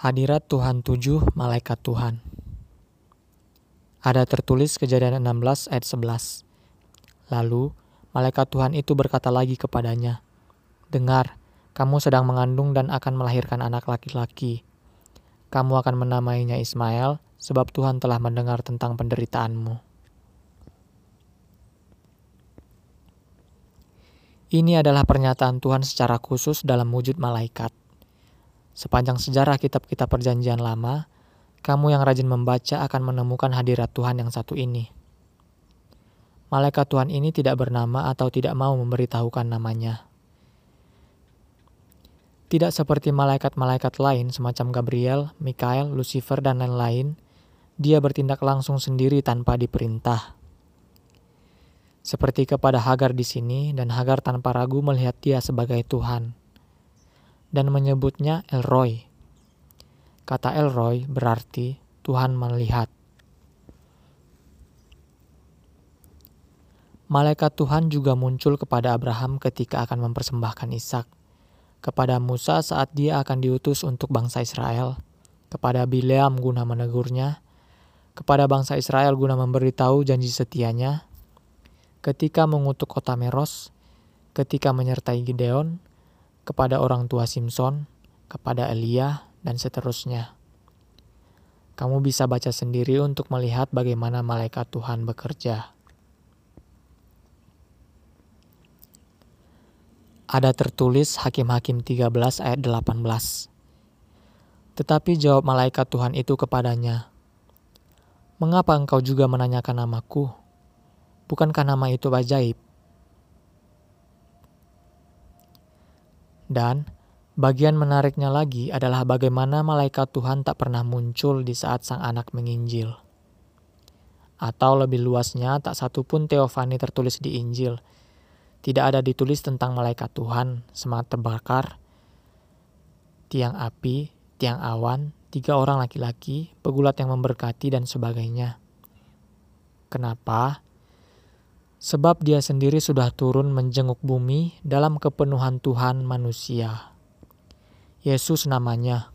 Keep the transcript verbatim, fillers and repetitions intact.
Hadirat Tuhan tujuh, Malaikat Tuhan. Ada tertulis Kejadian enam belas ayat sebelas. Lalu, malaikat Tuhan itu berkata lagi kepadanya, "Dengar, kamu sedang mengandung dan akan melahirkan anak laki-laki. Kamu akan menamainya Ismail, sebab Tuhan telah mendengar tentang penderitaanmu." Ini adalah pernyataan Tuhan secara khusus dalam wujud malaikat. Sepanjang sejarah kitab-kitab Perjanjian Lama, kamu yang rajin membaca akan menemukan hadirat Tuhan yang satu ini. Malaikat Tuhan ini tidak bernama atau tidak mau memberitahukan namanya. Tidak seperti malaikat-malaikat lain semacam Gabriel, Mikael, Lucifer, dan lain-lain, dia bertindak langsung sendiri tanpa diperintah. Seperti kepada Hagar di sini, dan Hagar tanpa ragu melihat dia sebagai Tuhan, dan menyebutnya El Roi. Kata El Roi berarti Tuhan melihat. Malaikat Tuhan juga muncul kepada Abraham ketika akan mempersembahkan Ishak, kepada Musa saat dia akan diutus untuk bangsa Israel, kepada Bileam guna menegurnya, kepada bangsa Israel guna memberitahu janji setianya, ketika mengutuk kota Meros, ketika menyertai Gideon, kepada orang tua Simson, kepada Elia, dan seterusnya. Kamu bisa baca sendiri untuk melihat bagaimana malaikat Tuhan bekerja. Ada tertulis Hakim-Hakim tiga belas ayat delapan belas. Tetapi jawab malaikat Tuhan itu kepadanya, "Mengapa engkau juga menanyakan namaku? Bukankah nama itu ajaib?" Dan bagian menariknya lagi adalah bagaimana malaikat Tuhan tak pernah muncul di saat sang anak menginjil. Atau lebih luasnya, tak satu pun teofani tertulis di Injil. Tidak ada ditulis tentang malaikat Tuhan, semangat terbakar, tiang api, tiang awan, tiga orang laki-laki, pegulat yang memberkati, dan sebagainya. Kenapa? Sebab dia sendiri sudah turun menjenguk bumi dalam kepenuhan Tuhan manusia. Yesus namanya.